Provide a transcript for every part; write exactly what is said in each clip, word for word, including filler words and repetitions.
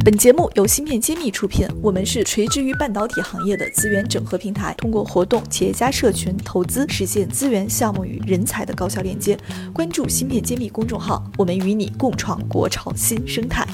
本节目由芯片揭秘出品，我们是垂直于半导体行业的资源整合平台，通过活动、企业家社群、投资，实现资源、项目与人才的高效链接。关注芯片揭秘公众号，我们与你共创国潮新生态。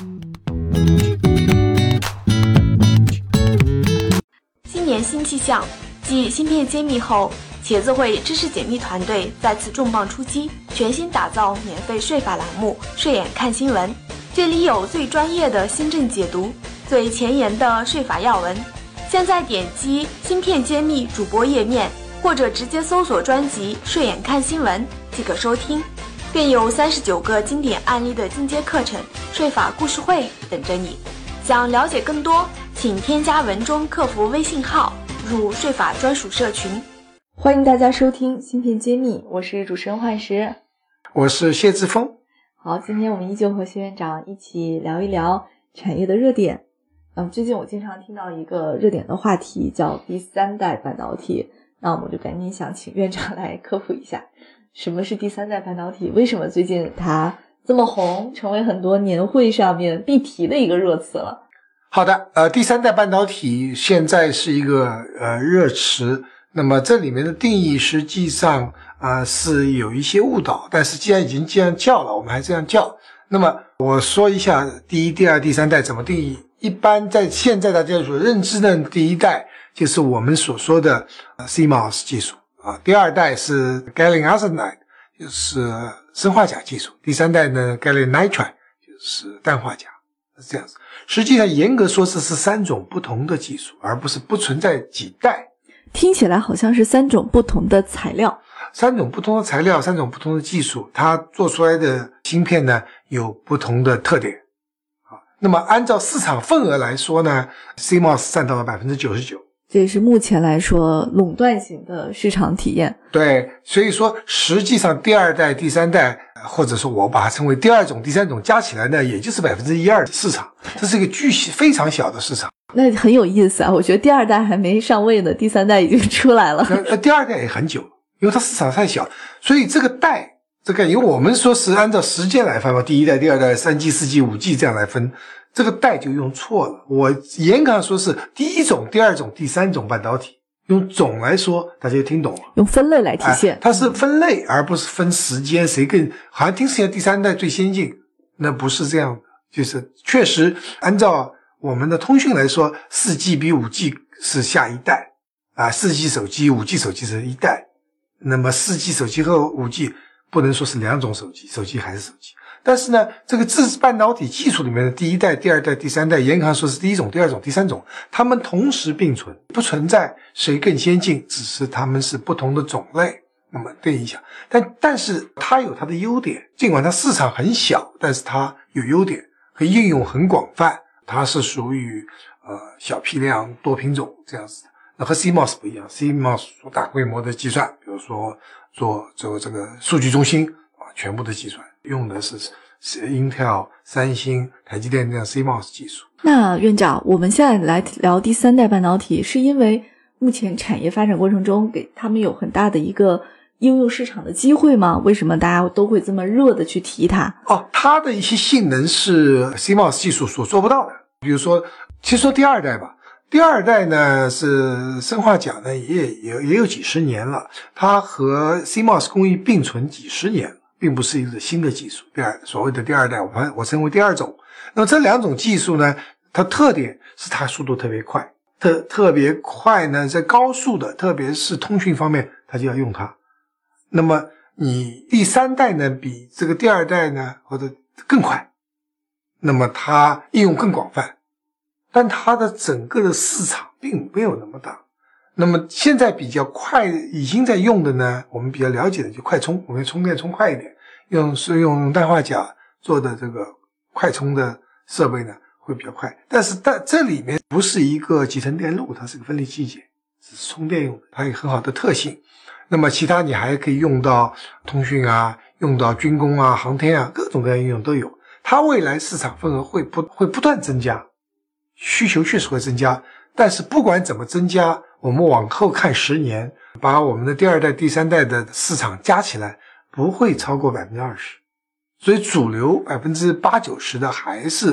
新年新气象，继芯片揭秘后，茄子会知识解密团队再次重磅出击，全新打造免费税法栏目“税眼看新闻”。这里有最专业的新政解读，最前沿的税法要闻。现在点击芯片揭秘主播页面，或者直接搜索专辑“税眼看新闻”即可收听，更有三十九个经典案例的进阶课程、税法故事会等着你。想了解更多，请添加文中客服微信号，入税法专属社群。 欢迎大家收听芯片揭秘，我是主持人幻石， 我是谢志峰。 好，今天我们依旧和谢院长一起聊一聊产业的热点。嗯，最近我经常听到一个热点的话题叫第三代半导体，那我们就赶紧想请院长来科普一下，什么是第三代半导体？为什么最近它这么红，成为很多年会上面必提的一个热词了？ 好的，呃，第三代半导体现在是一个呃热词，那么这里面的定义实际上呃是有一些误导，但是既然已经这样叫了，我们还这样叫。那么我说一下第一、第二、第三代怎么定义。一般在现在大家所认知的第一代就是我们所说的 C M O S 技术啊，第二代是 Gallium Arsenide 就是砷化钾技术，第三代呢 Gallium Nitride 就是氮化钾，是这样子。实际上严格说这是三种不同的技术，而不是不存在几代。 听起来好像是三种不同的材料， 三种不同的材料，三种不同的技术，它做出来的芯片呢有不同的特点。那么按照市场份额来说呢 C M O S 占到了 百分之九十九， 这也是目前来说垄断型的市场体验。 对，所以说实际上第二代、第三代，或者说我把它称为第二种、第三种加起来呢，也就是 百分之一二 的市场，这是一个巨细非常小的市场。 那很有意思啊，我觉得第二代还没上位呢，第三代已经出来了。 那第二代也很久了，因为它市场太小，所以这个代这个因为我们说是按照时间来分嘛，第一代、第二代、三 G、四 G、五 G 这样来分，这个代就用错了。我严格上说是第一种、第二种、第三种半导体，用种来说大家就听懂了， 用分类来体现、 哎、它是分类而不是分时间，谁更好像听起来第三代最先进，那不是这样的。就是确实按照我们的通讯来说 四 G 比 五 G 是下一代啊 ,四 G 手机 五 G 手机是一代，那么 四 G 手机和 五 G 不能说是两种手机，手机还是手机。但是呢，这个制半导体技术里面的第一代、第二代、第三代，严格上说是第一种、第二种、第三种，它们同时并存，不存在谁更先进，只是它们是不同的种类。那么对影响，但但是它有它的优点，尽管它市场很小，但是它有优点和应用很广泛，它是属于呃小批量多品种这样子的。那和 C M O S 不一样 ，C M O S 做大规模的计算，比如说做做这个数据中心啊，全部的计算用的是是 Intel、三星、台积电这样 C M O S 技术。 那院长，我们现在来聊第三代半导体，是因为目前产业发展过程中给他们有很大的一个应用市场的机会吗？为什么大家都会这么热的去提它？ 哦，它的一些性能是 C M O S 技术所做不到的。比如说，其实说第二代吧，第二代呢是砷化钾呢也也也有几十年了，它和 C M O S 工艺并存几十年了，并不是一个新的技术。第二所谓的第二代，我我称为第二种。那么这两种技术呢，它特点是它速度特别快，特特别快呢，在高速的，特别是通讯方面，它就要用它。那么你第三代呢，比这个第二代呢，或者更快，那么它应用更广泛，但它的整个的市场并没有那么大。那么现在比较快已经在用的呢，我们比较了解的就快充，我们充电充快一点，用是用氮化钾做的这个快充的设备呢会比较快，但是在这里面不是一个集成电路，它是个分离器件，是充电用的，它有很好的特性。那么其他你还可以用到通讯啊，用到军工啊、航天啊，各种各样应用都有。它未来市场份额会不会不断增加，需求确实会增加，但是不管怎么增加，我们往后看十年，把我们的第二代、第三代的市场加起来不会超过 百分之二十， 所以主流 百分之八九十 的还是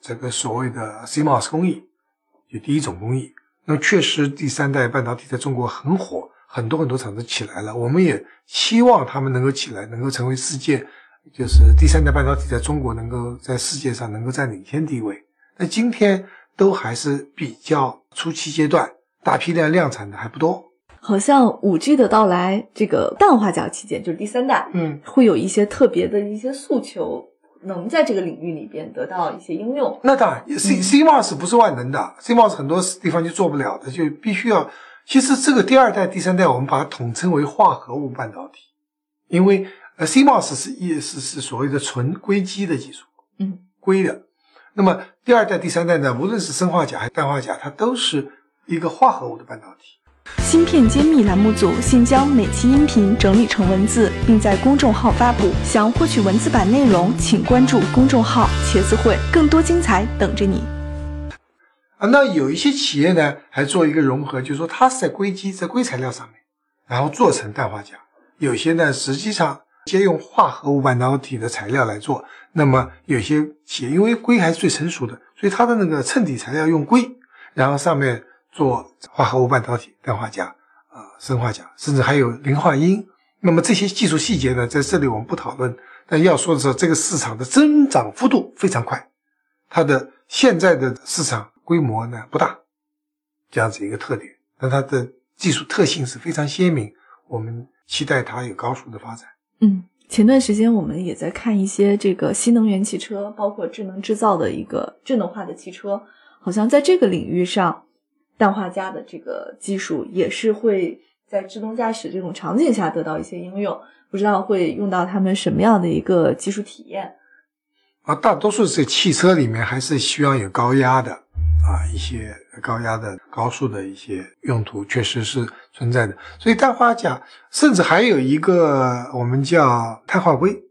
这个所谓的 C M O S 工艺，就第一种工艺。那么确实第三代半导体在中国很火，很多很多厂子起来了，我们也期望他们能够起来，能够成为世界，就是第三代半导体在中国能够在世界上能够占领先地位。那今天都还是比较初期阶段，大批量量产的还不多。 好像 五 G 的到来，这个氮化镓器件就是第三代， 嗯， 会有一些特别的一些诉求，能在这个领域里边得到一些应用。 那当然 ，C、嗯、C M O S 不是万能的 ，C M O S 很多地方就做不了的，就必须要。其实这个第二代、第三代，我们把它统称为化合物半导体，因为呃 C M O S 是也是是所谓的纯硅基的技术， 嗯， 硅的。那么第二代、第三代呢，无论是砷化镓还是氮化镓，它都是一个化合物的半导体。 芯片揭秘栏目组现将每期音频整理成文字，并在公众号发布。想获取文字版内容，请关注公众号茄子会，更多精彩等着你。 啊，那有一些企业呢，还做一个融合，就是说它是在硅基、在硅材料上面，然后做成氮化镓。有些呢，实际上借用化合物半导体的材料来做。那么有些企业因为硅还是最成熟的，所以它的那个衬底材料用硅，然后上面做化合物半导体、氮化镓、啊、呃、砷化镓，甚至还有磷化铟。那么这些技术细节呢，在这里我们不讨论。但要说的是，这个市场的增长幅度非常快，它的现在的市场规模呢不大，这样子一个特点。但它的技术特性是非常鲜明，我们期待它有高速的发展。 嗯。前段时间我们也在看一些这个新能源汽车，包括智能制造的一个智能化的汽车，好像在这个领域上，氮化镓的这个技术也是会在自动驾驶这种场景下得到一些应用，不知道会用到他们什么样的一个技术体验。 啊，大多数这汽车里面还是需要有高压的啊，一些高压的高速的一些用途确实是存在的。所以氮化镓甚至还有一个我们叫碳化硅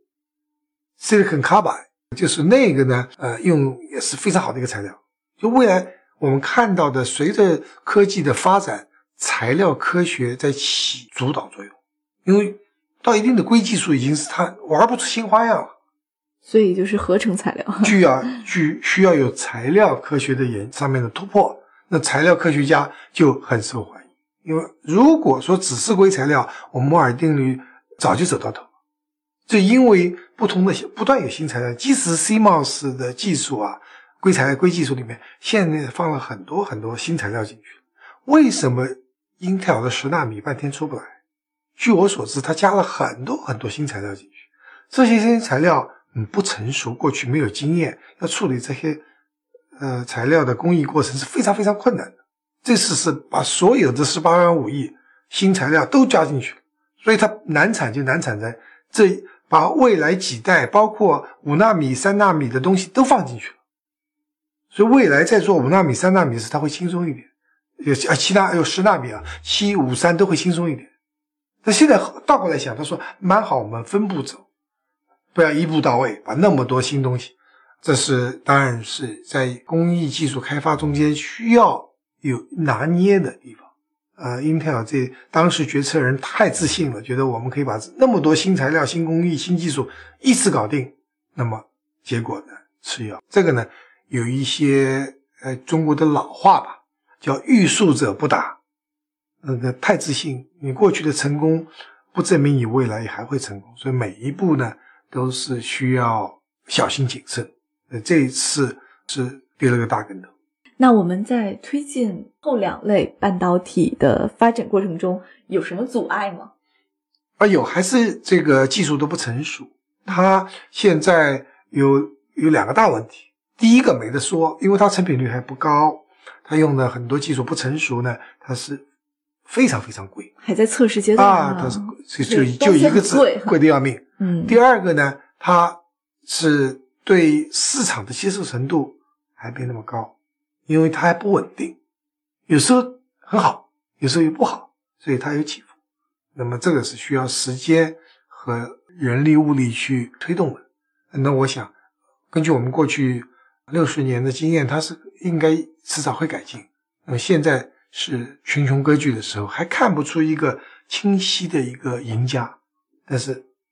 Silicon Carbide， 就是那个呢呃用也是非常好的一个材料。就未来我们看到的，随着科技的发展，材料科学在起主导作用，因为到一定的硅技术已经是它玩不出新花样了， 所以就是合成材料需要需需要有材料科学的研上面的突破，那材料科学家就很受欢迎。因为如果说只是硅材料，我们摩尔定律早就走到头了。就因为不同的不断有新材料，即使 C M O S 的技术啊，硅材料硅技术里面现在放了很多很多新材料进去。为什么 Intel 的十纳米半天出不来？据我所知，它加了很多很多新材料进去，这些新材料嗯不成熟，过去没有经验，要处理这些呃材料的工艺过程是非常非常困难的。这次是把所有的十八般武艺新材料都加进去了，所以它难产就难产在这把未来几代包括五纳米、三纳米的东西都放进去了。所以未来在做五纳米、三纳米时，它会轻松一点。有啊七纳有十纳米啊，七五三都会轻松一点。那现在倒过来想，他说蛮好，我们分步走，不要一步到位，把那么多新东西。这是当然是在工艺技术开发中间需要有拿捏的地方。呃 Intel 这当时决策人太自信了，觉得我们可以把那么多新材料、新工艺、新技术一次搞定。那么结果呢，吃药。这个呢有一些呃中国的老话吧，叫欲速者不达。那个太自信，你过去的成功不证明你未来也还会成功，所以每一步呢都是需要小心谨慎。呃，这一次是跌了个大跟头。 那我们在推进后两类半导体的发展过程中有什么阻碍吗？ 啊，有，还是这个技术都不成熟。它现在有有两个大问题。第一个没得说，因为它成品率还不高，它用的很多技术不成熟呢，它是非常非常贵， 还在测试阶段啊，它是就就就一个字，贵得要命。 嗯。 第二个呢，它是对市场的接受程度还没那么高，因为它还不稳定，有时候很好，有时候又不好，所以它有起伏。那么这个是需要时间和人力物力去推动的。那我想，根据我们过去六十年的经验，它是应该迟早会改进。那么现在是群雄割据的时候，还看不出一个清晰的一个赢家，但是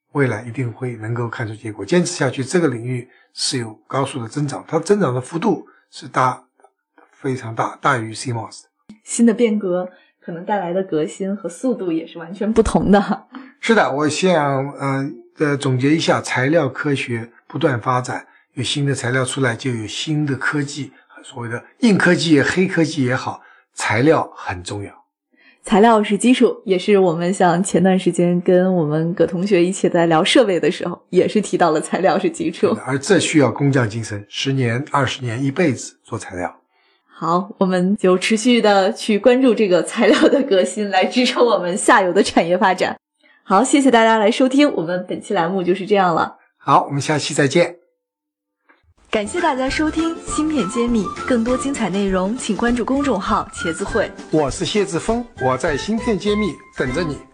未来一定会能够看出结果。坚持下去，这个领域是有高速的增长，它增长的幅度是大，非常大，大于 C M O S。 新的变革可能带来的革新和速度也是完全不同的。 是的，我想呃呃总结一下，材料科学不断发展，有新的材料出来，就有新的科技，所谓的硬科技也黑科技也好，材料很重要。 材料是基础，也是我们像前段时间跟我们葛同学一起在聊设备的时候，也是提到了材料是基础。 而这需要工匠精神，十年、二十年、一辈子做材料。 好，我们就持续的去关注这个材料的革新，来支撑我们下游的产业发展。好，谢谢大家来收听，我们本期栏目就是这样了。 好，我们下期再见。 感谢大家收听芯片揭秘，更多精彩内容请关注公众号茄子会。 我是谢志峰，我在芯片揭秘等着你。